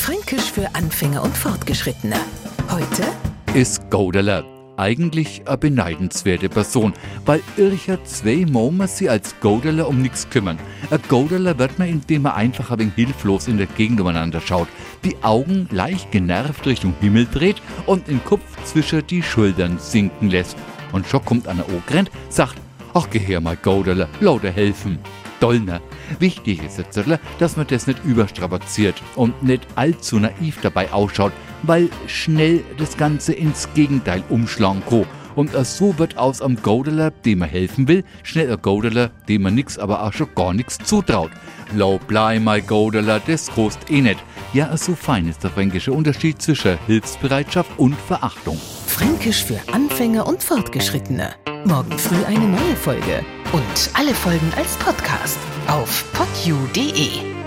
Fränkisch für Anfänger und Fortgeschrittene. Heute ist Goderler eigentlich eine beneidenswerte Person, weil ircher zweimal man sie als Goderler um nichts kümmern. Ein Goderler wird man, indem man einfach ein wenig hilflos in der Gegend umeinander schaut, die Augen leicht genervt Richtung Himmel dreht und den Kopf zwischen die Schultern sinken lässt. Und schon kommt einer angerannt, sagt: ach, geh her, mein Goderler, lauter helfen. Dollner. Wichtig ist jetzt, dass man das nicht überstrapaziert und nicht allzu naiv dabei ausschaut, weil schnell das Ganze ins Gegenteil umschlagen kann. Und so wird aus am Goderler, dem man helfen will, schnell ein Goderler, dem man nix, aber auch schon gar nichts zutraut. Lau blei, mein Goderler, das kostet eh nicht. Ja, so fein ist der fränkische Unterschied zwischen Hilfsbereitschaft und Verachtung. Fränkisch für Anfänger und Fortgeschrittene. Morgen früh eine neue Folge. Und alle Folgen als Podcast auf podu.de.